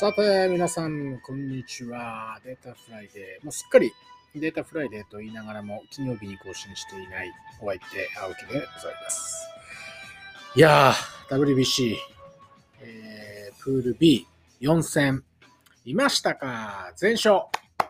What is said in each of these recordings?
さて、皆さん、こんにちは。データフライデー。すっかりデータフライデーと言いながらも、金曜日に更新していないお相手、青木でございます。いやー、WBC、プール B4 戦、いましたか？全勝。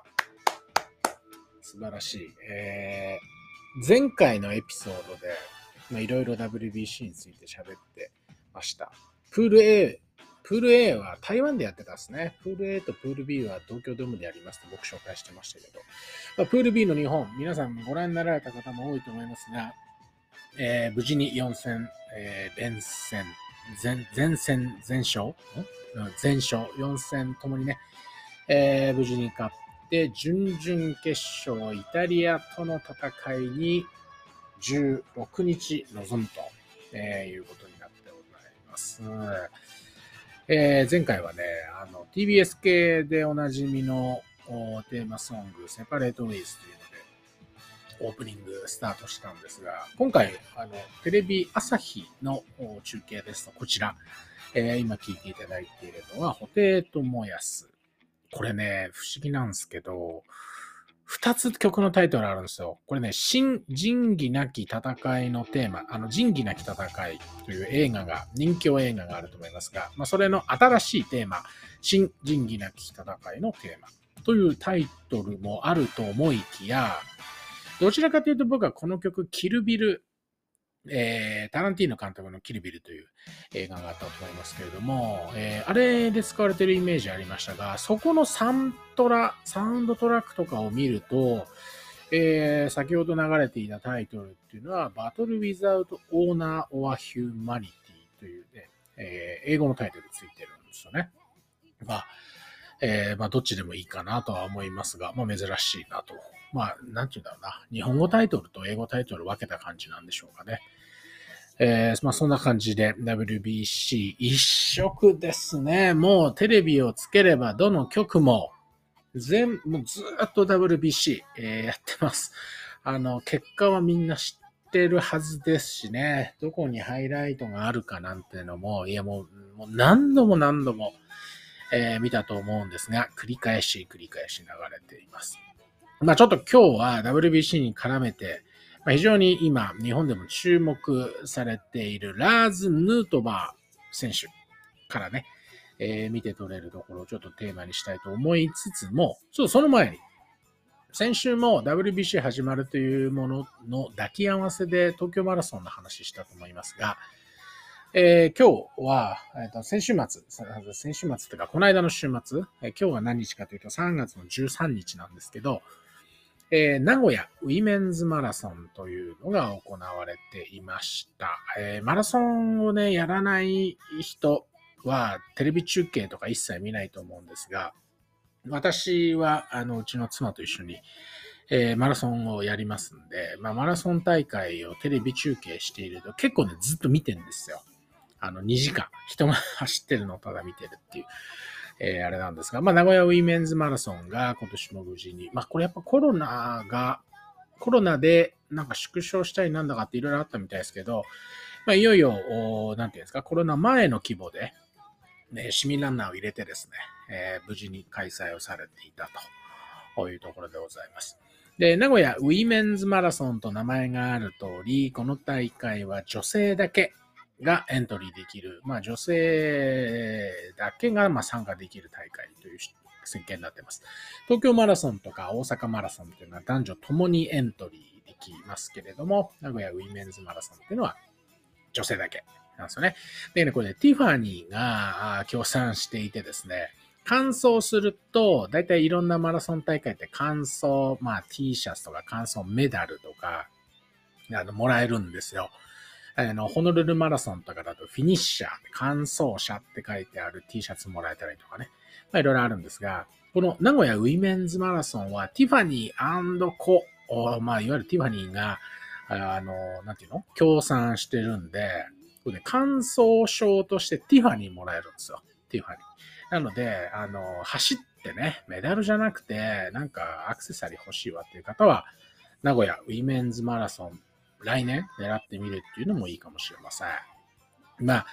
素晴らしい。前回のエピソードで、いろいろ WBC について喋ってました。プール A は台湾でやってたんですね。プール A とプール B は東京ドームでやりますと僕紹介してましたけど、プール B の日本、皆さんご覧になられた方も多いと思いますが、無事に4戦、連戦、全戦全勝全勝、4戦ともにね、無事に勝って、準々決勝、イタリアとの戦いに16日臨むと、いうことになってございます。前回はね、TBS 系でおなじみのテーマソング、セパレートウェイズというので、オープニングスタートしたんですが、今回、テレビ朝日の中継ですと、こちら、今聞いていただいているのは、布袋寅泰。これね、不思議なんですけど、2つ曲のタイトルあるんですよ。これね、新仁義なき戦いのテーマ、仁義なき戦いという人気映画があると思いますが、それの新しいテーマ、新仁義なき戦いのテーマというタイトルもあると思いきや、どちらかというと僕はこの曲、キルビル、タランティーノ監督のキルビルという映画があったと思いますけれども、あれで使われているイメージありましたが、そこのサウンドトラックとかを見ると、先ほど流れていたタイトルっていうのは、バトル・ウィザウト・オーナー・オア・ヒューマニティというね、英語のタイトルついてるんですよね。どっちでもいいかなとは思いますが、珍しいなと。なんていうんだろうな。日本語タイトルと英語タイトル分けた感じなんでしょうかね。そんな感じで WBC 一色ですね。もうテレビをつければどの曲ももうずっと WBC、やってます。結果はみんな知ってるはずですしね。どこにハイライトがあるかなんていうのも、もう何度も見たと思うんですが、繰り返し流れています。ちょっと今日は WBC に絡めて、非常に今、日本でも注目されているラーズ・ヌートバー選手からね、見て取れるところをちょっとテーマにしたいと思いつつも、その前に、先週も WBC 始まるというものの抱き合わせで東京マラソンの話したと思いますが、今日は、先週末というか、この間の週末、今日は何日かというと3月の13日なんですけど、名古屋ウィメンズマラソンというのが行われていました。マラソンをね、やらない人はテレビ中継とか一切見ないと思うんですが、私はうちの妻と一緒に、マラソンをやりますんで、マラソン大会をテレビ中継していると結構ね、ずっと見てるんですよ。2時間、人が走ってるのをただ見てるっていう。あれなんですが、名古屋ウィメンズマラソンが今年も無事に、これやっぱコロナでなんか縮小したりなんだかっていろいろあったみたいですけど、いよいよ、なんていうんですか、コロナ前の規模で、市民ランナーを入れてですね、無事に開催をされていたというところでございます。で、名古屋ウィメンズマラソンと名前がある通り、この大会は女性だけがエントリーできる、女性だけが参加できる大会という設計になっています。東京マラソンとか大阪マラソンというのは男女ともにエントリーできますけれども、名古屋ウィメンズマラソンというのは女性だけなんですよね。でね、これね、ティファニーが協賛していてですね、完走すると、だいたいいろんなマラソン大会って完走、T シャツとか完走メダルとか、もらえるんですよ。ホノルルマラソンとかだとフィニッシャー、完走者って書いてある T シャツもらえたりとかね。いろいろあるんですが、この名古屋ウィメンズマラソンはティファニー&コ、いわゆるティファニーが、なんていうの？協賛してるんで、これね、完走証としてティファニーもらえるんですよ。ティファニー。なので、走ってね、メダルじゃなくて、なんかアクセサリー欲しいわっていう方は、名古屋ウィメンズマラソン、来年狙ってみるっていうのもいいかもしれません。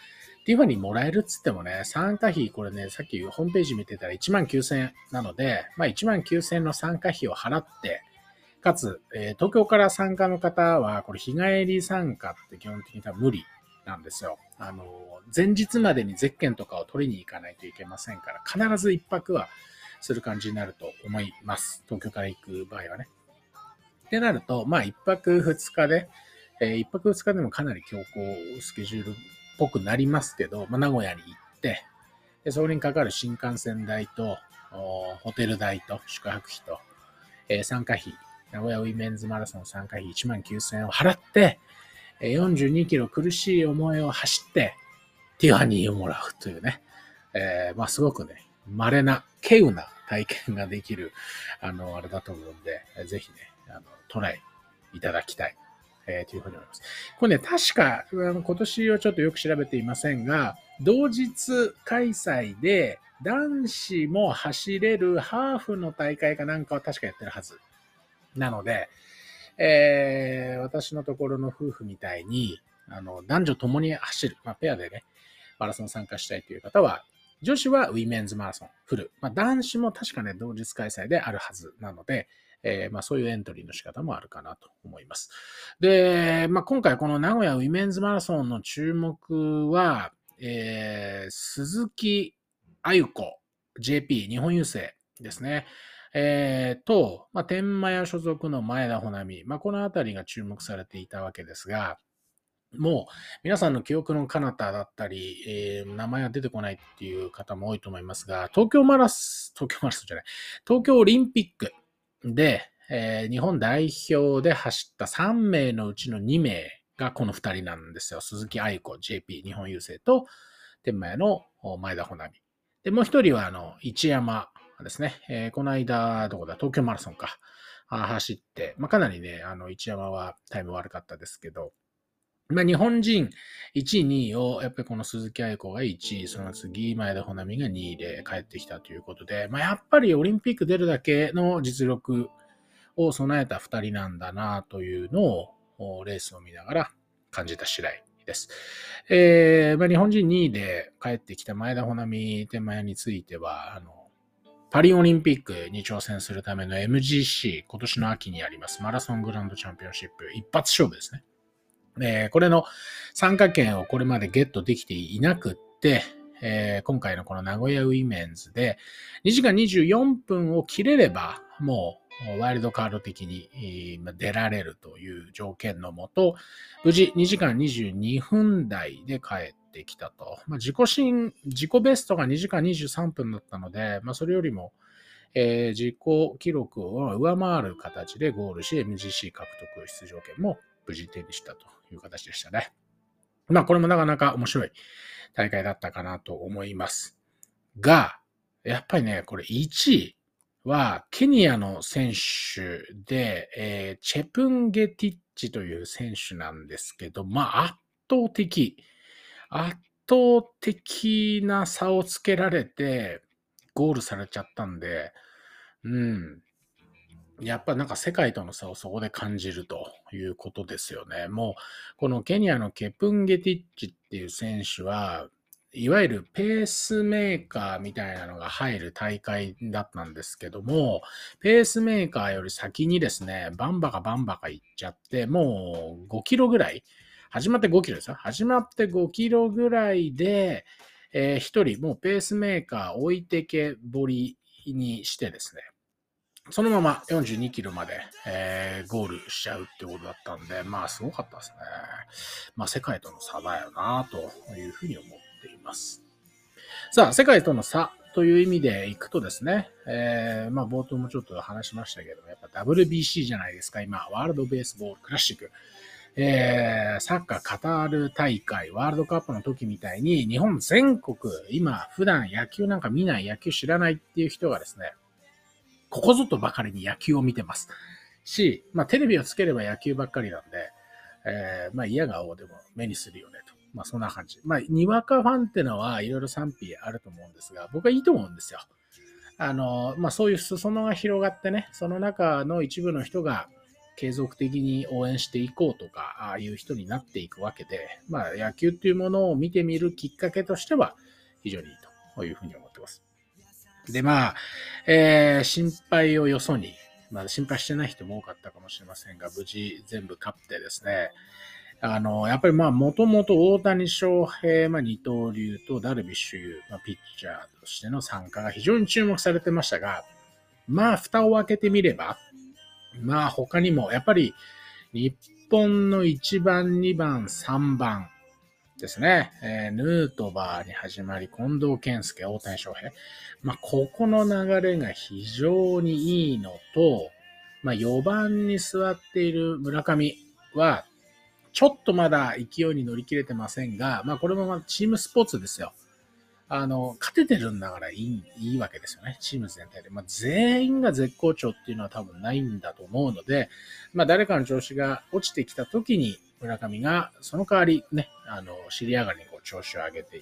ティファニーもらえるっつってもね、参加費、これね、さっきホームページ見てたら19,000円なので、19,000円の参加費を払って、かつ、東京から参加の方は、これ日帰り参加って基本的に多分無理なんですよ。前日までにゼッケンとかを取りに行かないといけませんから、必ず一泊はする感じになると思います。東京から行く場合はね。ってなると、一泊二日で、一泊二日でもかなり強行スケジュールっぽくなりますけど、名古屋に行って、でそれにかかる新幹線代と、ホテル代と宿泊費と、参加費、名古屋ウィメンズマラソン参加費19,000円を払って、42キロ苦しい思いを走って、ティファニーをもらうというね、すごくね、稀な、稀有な体験ができる、あれだと思うんで、ぜひね、トライいただきたい、というふうに思います。これね、確か、今年はちょっとよく調べていませんが、同日開催で男子も走れるハーフの大会かなんかは確かやってるはず。なので、私のところの夫婦みたいに、男女共に走る、ペアでね、マラソン参加したいという方は、女子はウィメンズマラソンフル。男子も確かね、同日開催であるはずなので、そういうエントリーの仕方もあるかなと思います。で、今回この名古屋ウィメンズマラソンの注目は、鈴木あゆ子 JP 日本郵政ですね。天満屋所属の前田穂波。このあたりが注目されていたわけですが、もう皆さんの記憶の彼方だったり、名前が出てこないっていう方も多いと思いますが、東京オリンピックで、日本代表で走った3名のうちの2名がこの2人なんですよ。鈴木愛子 JP 日本郵政と天満屋の前田穂波。で、もう一人は一山ですね。この間、東京マラソンか。走って、かなりね、一山はタイム悪かったですけど、日本人1位、2位を、やっぱりこの鈴木愛子が1位、その次、前田穂波が2位で帰ってきたということで、やっぱりオリンピック出るだけの実力を備えた2人なんだなというのを、レースを見ながら感じた次第です。日本人2位で帰ってきた前田穂波天満屋については、パリオリンピックに挑戦するための MGC、今年の秋にありますマラソングランドチャンピオンシップ、一発勝負ですね。これの参加権をこれまでゲットできていなくって、今回のこの名古屋ウィメンズで2時間24分を切れればもうワイルドカード的に出られるという条件のもと、無事2時間22分台で帰ってきたと。自己ベストが2時間23分だったので、それよりも自己記録を上回る形でゴールし MGC 獲得出場権も無事手にしたという形でしたね。これもなかなか面白い大会だったかなと思いますが、やっぱりね、これ1位はケニアの選手で、チェプンゲティッチという選手なんですけど、圧倒的な差をつけられてゴールされちゃったんで、やっぱ世界との差をそこで感じるということですよね。もう、このケニアのケプンゲティッチっていう選手は、いわゆるペースメーカーみたいなのが入る大会だったんですけども、ペースメーカーより先にですね、バンバカ行っちゃって、もう5キロぐらい、始まって5キロですよ。始まって5キロぐらいで、一人もうペースメーカー置いてけぼりにしてですね、そのまま42キロまで、ゴールしちゃうってことだったんで、すごかったですね。世界との差だよなというふうに思っています。さあ、世界との差という意味でいくとですね、冒頭もちょっと話しましたけど、やっぱ WBC じゃないですか、今、ワールドベースボールクラシック。サッカーカタール大会、ワールドカップの時みたいに、日本全国、今、普段野球なんか見ない、野球知らないっていう人がですね、ここぞとばかりに野球を見てますし、テレビをつければ野球ばっかりなんで、嫌顔でも目にするよねと。そんな感じ。にわかファンってのはいろいろ賛否あると思うんですが、僕はいいと思うんですよ。そういう裾野が広がってね、その中の一部の人が継続的に応援していこうとか、ああいう人になっていくわけで、野球っていうものを見てみるきっかけとしては非常にいいというふうに思ってます。で、心配をよそに、心配してない人も多かったかもしれませんが、無事全部勝ってですね、やっぱりもともと大谷翔平、二刀流とダルビッシュ有、ピッチャーとしての参加が非常に注目されてましたが、蓋を開けてみれば、他にも、やっぱり、日本の1番、2番、3番ですね。ヌートバーに始まり、近藤健介、大谷翔平。ここの流れが非常にいいのと、4番に座っている村上は、ちょっとまだ勢いに乗り切れてませんが、これもチームスポーツですよ。勝ててるんだからいいわけですよね。チーム全体で。全員が絶好調っていうのは多分ないんだと思うので、誰かの調子が落ちてきた時に、村上がその代わりね、尻上がりに調子を上げていって、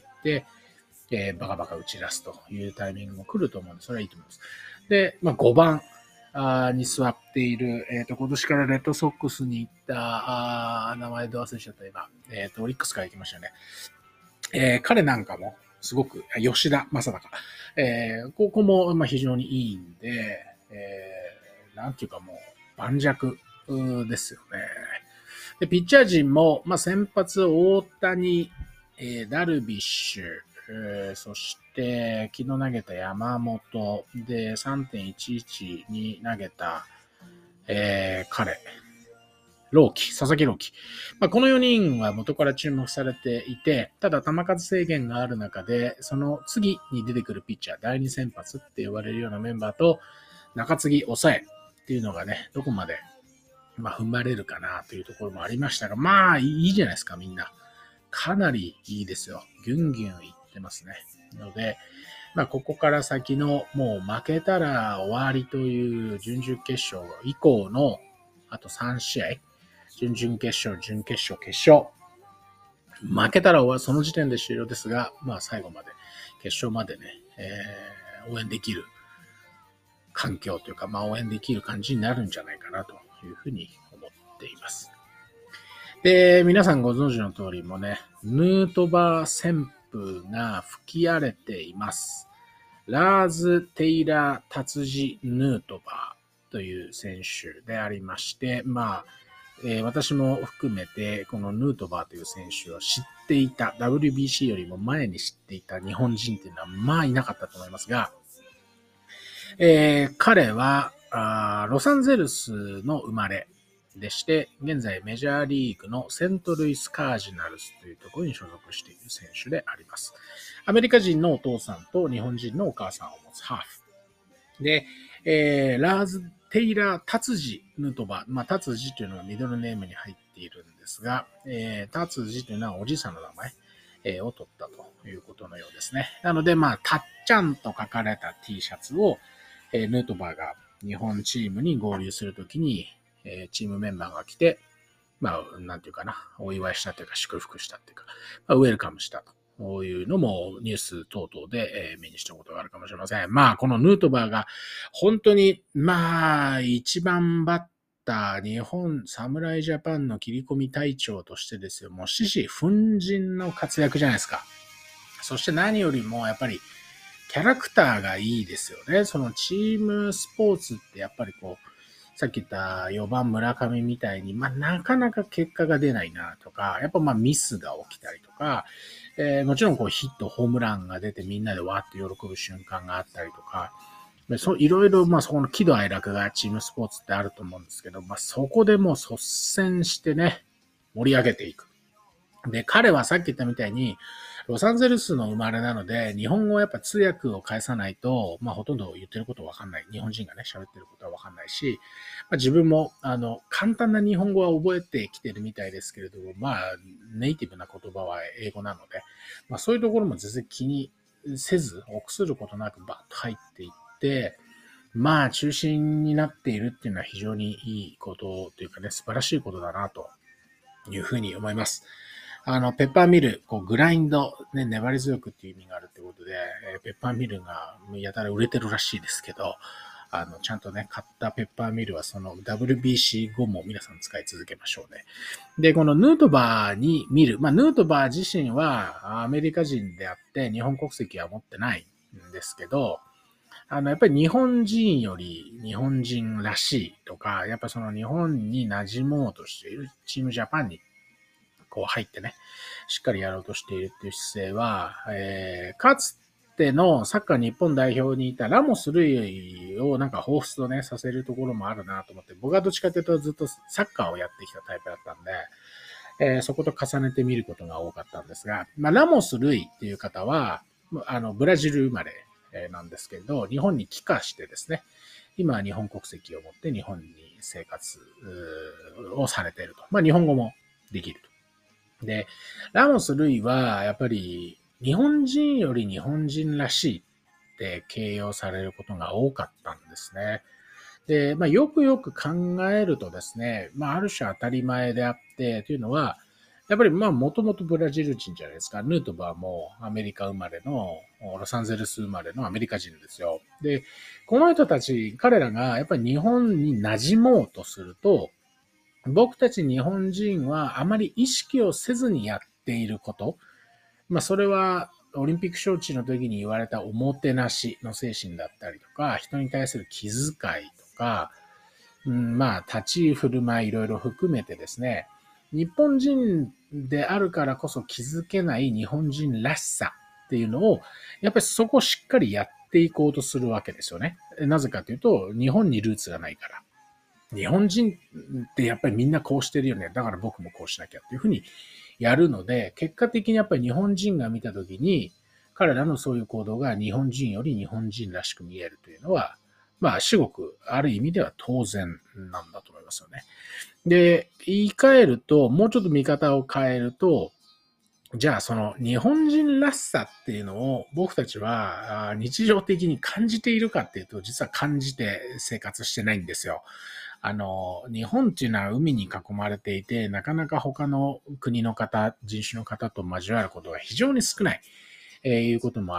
バカバカ打ち出すというタイミングも来ると思うので、それはいいと思います。で、5番に座っている、今年からレッドソックスに行った、名前で忘れちゃった今、オリックスから行きましたね。彼なんかも、すごく、吉田正尚。ここも非常にいいんで、なんていうかもう盤石ですよね。で、ピッチャー陣も、先発大谷、ダルビッシュ、そして昨日投げた山本で 3.11 に投げた、彼。佐々木朗希。この4人は元から注目されていて、ただ球数制限がある中で、その次に出てくるピッチャー、第2先発って呼ばれるようなメンバーと、中継ぎ、抑えっていうのがね、どこまで、踏ん張れるかなというところもありましたが、いいじゃないですか、みんな。かなりいいですよ。ギュンギュンいってますね。ので、ここから先の、もう負けたら終わりという準々決勝以降の、あと3試合、準々決勝、準決勝、決勝。負けたらその時点で終了ですが、最後まで、決勝までね、応援できる環境というか、応援できる感じになるんじゃないかなというふうに思っています。で、皆さんご存知の通りもね、ヌートバー旋風が吹き荒れています。ラーズ・テイラー・達治・ヌートバーという選手でありまして、私も含めて、このヌートバーという選手を知っていた、WBC よりも前に知っていた日本人っていうのはいなかったと思いますが、彼はロサンゼルスの生まれでして、現在メジャーリーグのセントルイス・カージナルスというところに所属している選手であります。アメリカ人のお父さんと日本人のお母さんを持つハーフ。で、ラーズ・テイラー・達治・ヌートバー。達治というのがミドルネームに入っているんですが、達治というのはおじいさんの名前、を取ったということのようですね。なので、たっちゃんと書かれた T シャツを、ヌートバーが日本チームに合流するときに、チームメンバーが来て、なんていうかな、お祝いしたというか、祝福したというか、ウェルカムしたと。こういうのもニュース等々で目にしたことがあるかもしれません。このヌートバーが本当に、一番バッター、日本侍ジャパンの切り込み隊長としてですよ、もう獅子奮迅の活躍じゃないですか。そして何よりもやっぱりキャラクターがいいですよね。そのチームスポーツってやっぱりさっき言った4番村上みたいに、なかなか結果が出ないなとか、やっぱミスが起きたりとか、もちろんヒット、ホームランが出てみんなでわーって喜ぶ瞬間があったりとか、いろいろ、そこの喜怒哀楽がチームスポーツってあると思うんですけど、そこでもう率先してね、盛り上げていく。で、彼はさっき言ったみたいに、ロサンゼルスの生まれなので、日本語はやっぱ通訳を返さないと、ほとんど言ってることわかんない。日本人がね、喋ってることはわかんないし、自分も、簡単な日本語は覚えてきてるみたいですけれども、ネイティブな言葉は英語なので、そういうところも全然気にせず、臆することなくバッと入っていって、中心になっているっていうのは非常にいいことというかね、素晴らしいことだなというふうに思います。ペッパーミル、グラインド、ね、粘り強くっていう意味があるってことで、ペッパーミルがやたら売れてるらしいですけど、 ちゃんとね、買ったペッパーミルはその WBC 後も皆さん使い続けましょうね。で、このヌートバーに見る。ヌートバー自身はアメリカ人であって日本国籍は持ってないんですけど、やっぱり日本人より日本人らしいとか、やっぱその日本に馴染もうとしているチームジャパンにこう入ってね、しっかりやろうとしているっていう姿勢は、かつてのサッカー日本代表にいたラモス・ルイをなんか彷彿とね、させるところもあるなと思って、僕はどっちかというとずっとサッカーをやってきたタイプだったんで、そこと重ねて見ることが多かったんですが、ラモス・ルイっていう方は、ブラジル生まれなんですけど、日本に帰化してですね、今は日本国籍を持って日本に生活をされていると。日本語もできると。で、ラモス・ルイはやっぱり日本人より日本人らしいって形容されることが多かったんですね。で、よくよく考えるとですね、ある種当たり前であって、というのは、やっぱりもともとブラジル人じゃないですか。ヌートバーもアメリカ生まれの、ロサンゼルス生まれのアメリカ人ですよ。で、この人たち、彼らがやっぱり日本に馴染もうとすると、僕たち日本人はあまり意識をせずにやっていること。それはオリンピック招致の時に言われたおもてなしの精神だったりとか、人に対する気遣いとか、立ち振る舞いいろいろ含めてですね、日本人であるからこそ気づけない日本人らしさっていうのを、やっぱりそこをしっかりやっていこうとするわけですよね。なぜかというと、日本にルーツがないから。日本人ってやっぱりみんなこうしてるよね。だから僕もこうしなきゃっていうふうにやるので、結果的にやっぱり日本人が見たときに、彼らのそういう行動が日本人より日本人らしく見えるというのは、至極ある意味では当然なんだと思いますよね。で、言い換えると、もうちょっと見方を変えると、じゃあその日本人らしさっていうのを僕たちは日常的に感じているかっていうと、実は感じて生活してないんですよ。日本っていうのは海に囲まれていて、なかなか他の国の方、人種の方と交わることが非常に少ない、いうこともあって、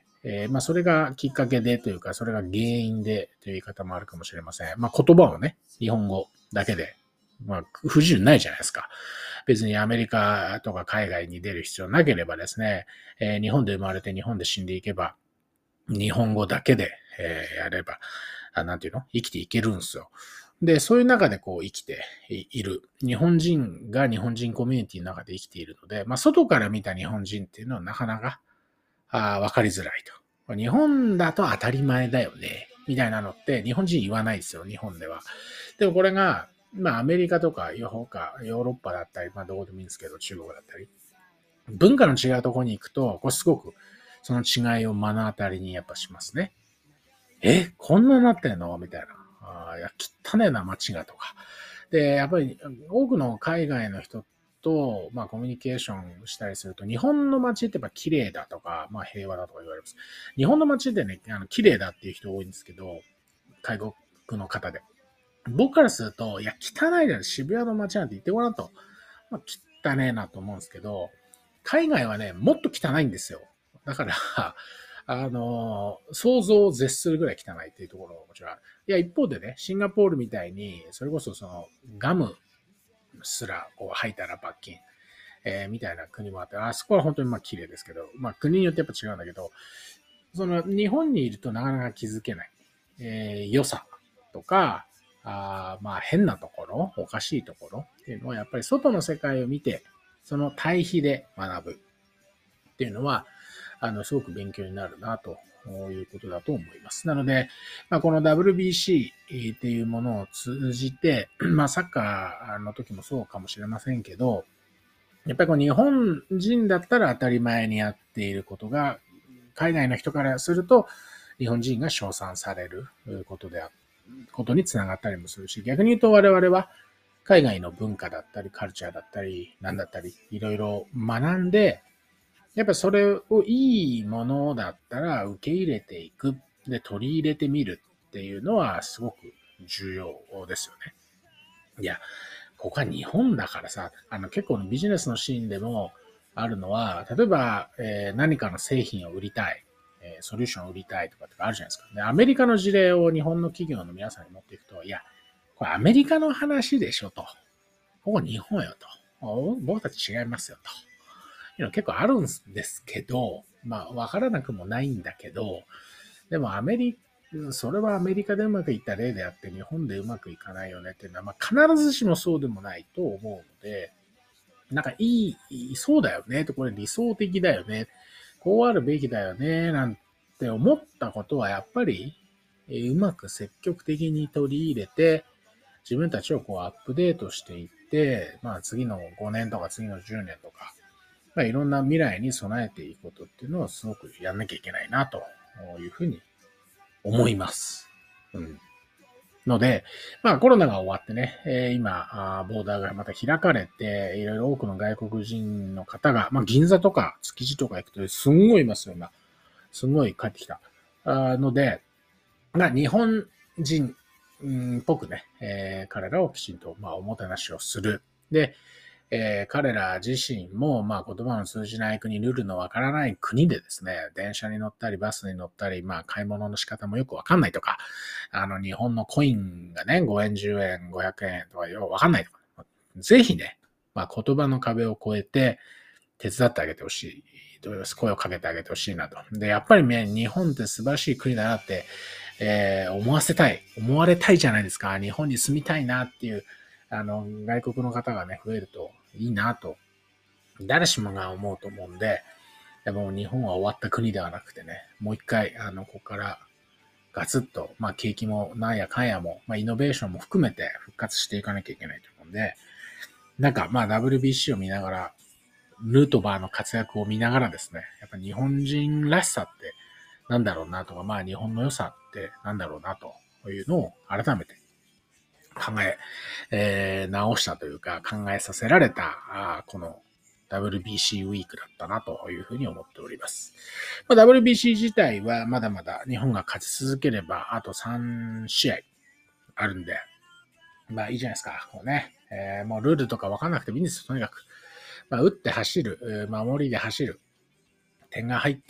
それがきっかけでというか、それが原因でという言い方もあるかもしれません。言葉をね、日本語だけで、不自由ないじゃないですか。別にアメリカとか海外に出る必要なければですね、日本で生まれて日本で死んでいけば、日本語だけで、やれば、生きていけるんですよ。で、そういう中で生きている。日本人が日本人コミュニティの中で生きているので、外から見た日本人っていうのはなかなかわかりづらいと。日本だと当たり前だよね。みたいなのって日本人言わないですよ、日本では。でもこれが、アメリカとかヨーロッパだったり、どこでもいいんですけど、中国だったり、文化の違うところに行くと、これすごくその違いを目の当たりにやっぱしますね。こんななってんのみたいな。汚ねえな街がとか。で、やっぱり多くの海外の人と、コミュニケーションしたりすると、日本の街ってやっぱ綺麗だとか、平和だとか言われます。日本の街ってね、綺麗だっていう人多いんですけど、外国の方で。僕からすると、いや、汚いじゃん、渋谷の街なんて行ってごらんと。汚ねえなと思うんですけど、海外はね、もっと汚いんですよ。だから、想像を絶するぐらい汚いっていうところももちろんある。いや、一方でね、シンガポールみたいに、それこそその、ガムすら吐いたら罰金、みたいな国もあって、あそこは本当に綺麗ですけど、国によってやっぱ違うんだけど、その、日本にいるとなかなか気づけない、良さとか、変なところ、おかしいところっていうのは、やっぱり外の世界を見て、その対比で学ぶっていうのは、すごく勉強になるなということだと思います。なので、この WBC っていうものを通じて、サッカーの時もそうかもしれませんけど、やっぱり日本人だったら当たり前にやっていることが、海外の人からすると、日本人が称賛されることにつながったりもするし、逆に言うと我々は海外の文化だったり、カルチャーだったり、なんだったり、いろいろ学んで、やっぱそれをいいものだったら受け入れていく。で、取り入れてみるっていうのはすごく重要ですよね。いや、ここは日本だからさ、結構ビジネスのシーンでもあるのは、例えば、何かの製品を売りたい。 ソリューションを売りたいとかってあるじゃないですか。で、アメリカの事例を日本の企業の皆さんに持っていくと、いや、これアメリカの話でしょと。ここ日本よと。僕たち違いますよと。いうの結構あるんですけど、まあ、わからなくもないんだけど、でもそれはアメリカでうまくいった例であって、日本でうまくいかないよねっていうのは、まあ、必ずしもそうでもないと思うので、なんかそうだよねこれ理想的だよね。こうあるべきだよね、なんて思ったことはやっぱり、うまく積極的に取り入れて、自分たちをこうアップデートしていって、まあ次の5年とか次の10年とか、まあいろんな未来に備えていくことっていうのをすごくやんなきゃいけないなというふうに思います。うん。ので、まあコロナが終わってね、今、ボーダーがまた開かれて、いろいろ多くの外国人の方が、まあ銀座とか築地とか行くとすんごいいますよ、今。すんごい帰ってきた。ので、まあ日本人っぽくね、彼らをきちんと、まあ、おもてなしをする。で、彼ら自身も、まあ、言葉の通じない国、ルールのわからない国でですね、電車に乗ったり、バスに乗ったり、まあ、買い物の仕方もよくわかんないとか、日本のコインがね、5円、10円、500円とかよくわかんないとか、ぜひね、まあ、言葉の壁を越えて、手伝ってあげてほしい。声をかけてあげてほしいなと。で、やっぱりね、日本って素晴らしい国だなって、思われたいじゃないですか。日本に住みたいなっていう、外国の方がね、増えるといいなと、誰しもが思うと思うんで、でも日本は終わった国ではなくてね、もう一回、ここからガツッと、まあ景気もなんやかんやも、まあイノベーションも含めて復活していかなきゃいけないと思うんで、なんかまあ WBC を見ながら、ヌートバーの活躍を見ながらですね、やっぱ日本人らしさってなんだろうなとか、まあ日本の良さってなんだろうなというのを改めて考直したというか考えさせられた、この WBC ウィークだったなというふうに思っております。まあ、WBC 自体はまだまだ日本が勝ち続ければあと3試合あるんで、まあいいじゃないですか。こうね、もうルールとかわかんなくてもいいんですよ、とにかく。まあ、打って走る、守りで走る、点が入った、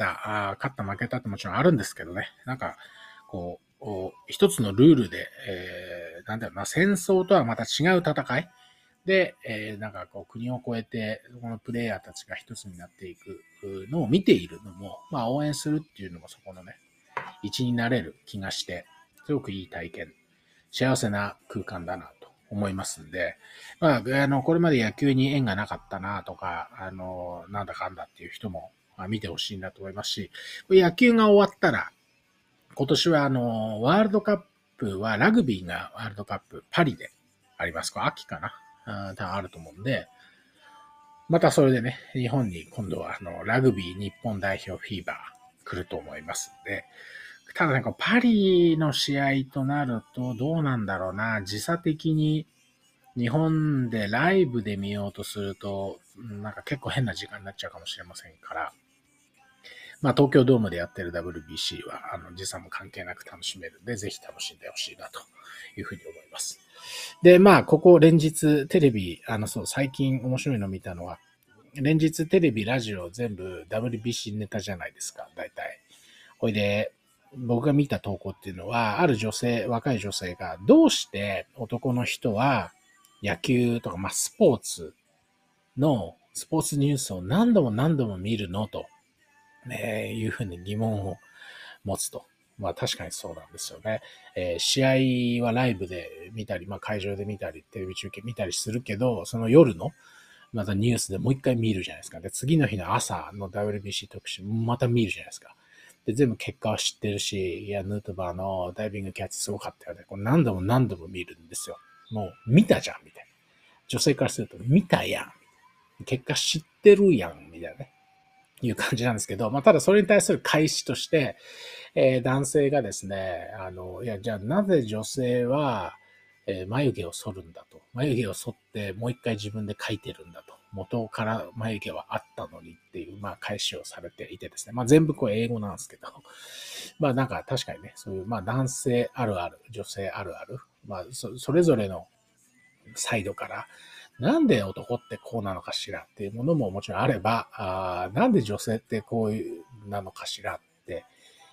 勝った負けたってもちろんあるんですけどね、なんか、こう、一つのルールで、なんだろうな、戦争とはまた違う戦いで、なんかこう、国を越えて、このプレイヤーたちが一つになっていくのを見ているのも、まあ応援するっていうのもそこのね、一になれる気がして、すごくいい体験、幸せな空間だなと思いますんで、まあ、これまで野球に縁がなかったなとか、なんだかんだっていう人も、見てほしいなと思いますし、野球が終わったら、今年はワールドカップはラグビーがワールドカップパリであります。これ秋かな多分あると思うんで、またそれでね、日本に今度はラグビー日本代表フィーバー来ると思いますんで、ただなんかパリの試合となるとどうなんだろうな、時差的に日本でライブで見ようとすると、なんか結構変な時間になっちゃうかもしれませんから、まあ東京ドームでやってる WBC は時差も関係なく楽しめるんで、ぜひ楽しんでほしいなというふうに思います。で、まあここ連日テレビ、そう、最近面白いの見たのは、連日テレビ、ラジオ全部 WBC ネタじゃないですか、大体。ほいで、僕が見た投稿っていうのは、ある若い女性が、どうして男の人は野球とか、まあスポーツニュースを何度も何度も見るのと、いうふうに疑問を持つと。まあ確かにそうなんですよね。試合はライブで見たり、まあ会場で見たり、テレビ中継見たりするけど、その夜のまたニュースでもう一回見るじゃないですか。で、次の日の朝の WBC 特集また見るじゃないですか。で、全部結果は知ってるし、いや、ヌートバーのダイビングキャッチすごかったよね。これ何度も何度も見るんですよ。もう見たじゃん、みたいな。女性からすると見たやん。結果知ってるやん、みたいなね。いう感じなんですけど、まあ、ただそれに対する返しとして、男性がですね、いや、じゃあなぜ女性は、眉毛を剃るんだと。眉毛を剃ってもう一回自分で描いてるんだと。元から眉毛はあったのにっていう、まあ、返しをされていてですね。まあ、全部こう英語なんですけど。まあ、なんか確かにね、そういう、まあ、男性あるある、女性あるある。まあ、それぞれのサイドから、なんで男ってこうなのかしらっていうものももちろんあれば、なんで女性ってこういうなのかしらって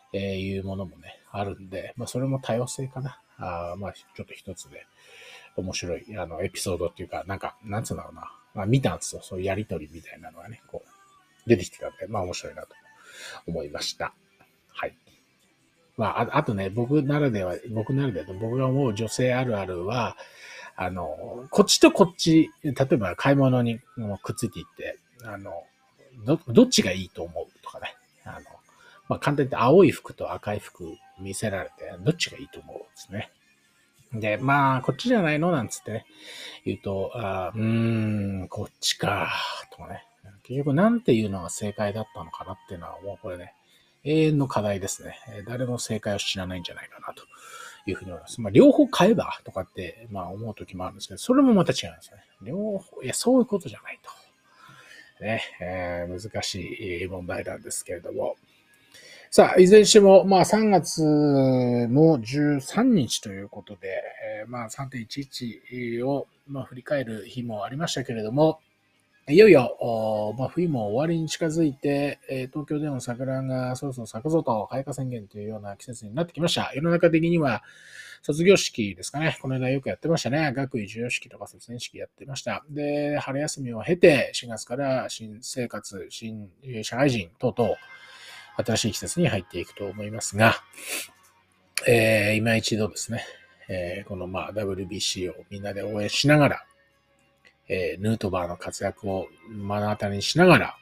いうものもね、あるんで、まあ、それも多様性かな。まあ、ちょっと一つで面白い、エピソードっていうか、なんつうんだろうな。まあ、見たんですよ。そういうやりとりみたいなのがね、こう、出てきてたんで、まあ、面白いなと思いました。はい。まあ、あとね、僕が思う女性あるあるは、こっちとこっち、例えば買い物にくっついていって、どっちがいいと思うとかね。まあ、簡単に言って青い服と赤い服見せられて、どっちがいいと思うですね。で、まあ、こっちじゃないのなんつってね、言うと、こっちか、とかね。結局、なんていうのが正解だったのかなっていうのは、もうこれね、永遠の課題ですね。誰も正解を知らないんじゃないかなというふうに思います。まあ、両方買えばとかって、まあ、思う時もあるんですけど、それもまた違うんですね。両方、いや、そういうことじゃないと。ね、難しい問題なんですけれども。さあ、いずれにしても、まあ3月の13日ということで、まあ3.11を、まあ、振り返る日もありましたけれども、いよいよ、まあ、冬も終わりに近づいて、東京でも桜がそろそろ咲くぞと開花宣言というような季節になってきました。世の中的には卒業式ですかね。この間よくやってましたね。学位授与式とか卒園式やってました。で、春休みを経て、4月から新生活、新社会人等々、新しい季節に入っていくと思いますが、今一度ですね、このまあ WBC をみんなで応援しながら、ヌートバーの活躍を目の当たりにしながら、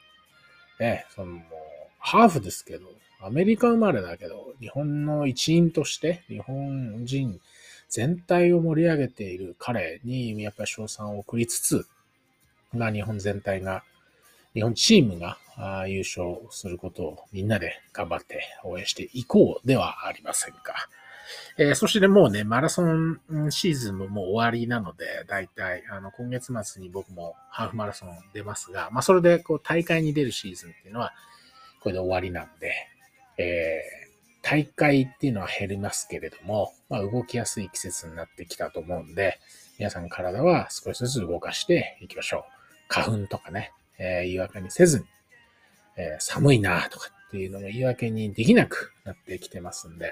ハーフですけど、アメリカ生まれだけど、日本の一員として、日本人全体を盛り上げている彼に、やっぱり賞賛を送りつつ、まあ日本全体が、日本チームが優勝することをみんなで頑張って応援していこうではありませんか。そしてもうね、マラソンシーズンももう終わりなので、だいたい今月末に僕もハーフマラソン出ますが、まあそれでこう大会に出るシーズンっていうのはこれで終わりなんで、大会っていうのは減りますけれども、まあ動きやすい季節になってきたと思うんで、皆さん体は少しずつ動かしていきましょう。花粉とかね、言い訳にせずに、寒いなとかっていうのも言い訳にできなくなってきてますんで、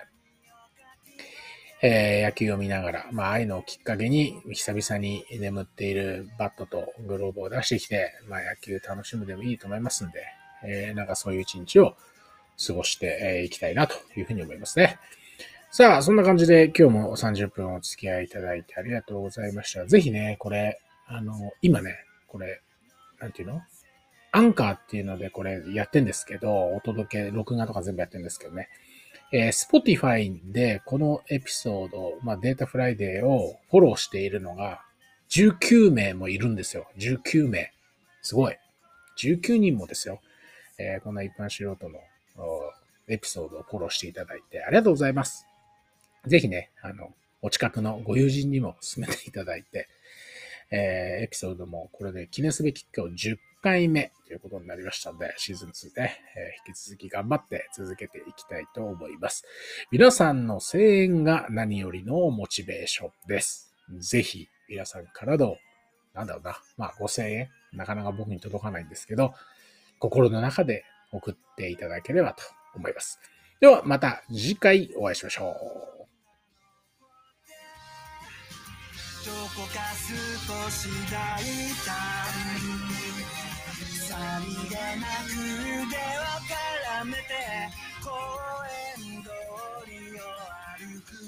野球を見ながら、まあ、ああいうのをきっかけに、久々に眠っているバットとグローブを出してきて、まあ、野球楽しむでもいいと思いますんで、なんかそういう一日を過ごしていきたいなというふうに思いますね。さあ、そんな感じで今日も30分お付き合いいただいてありがとうございました。ぜひね、これ、今ね、これ、なんていうのアンカーっていうのでこれやってんですけど、お届け、録画とか全部やってるんですけどね。Spotify でこのエピソード、まあ、データフライデーをフォローしているのが19名もいるんですよ。19名。すごい。19人もですよ。こんな一般素人のエピソードをフォローしていただいてありがとうございます。ぜひね、お近くのご友人にも勧めていただいて、エピソードもこれで記念すべき今日10回目ということになりましたので、シーズン2で、引き続き頑張って続けていきたいと思います。皆さんの声援が何よりのモチベーションです。ぜひ皆さんからの、なんだろうな、まあご声援、なかなか僕に届かないんですけど、心の中で送っていただければと思います。ではまた次回お会いしましょう。どこか少し大胆さりげなく腕を絡めて公園通りを歩く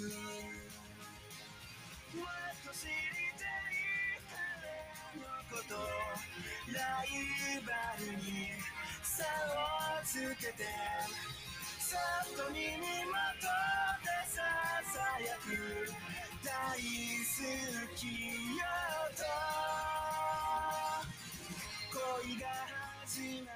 もっと知りたい彼のことライバルに差をつけてそっと耳元でささやく大好きよと恋が始まる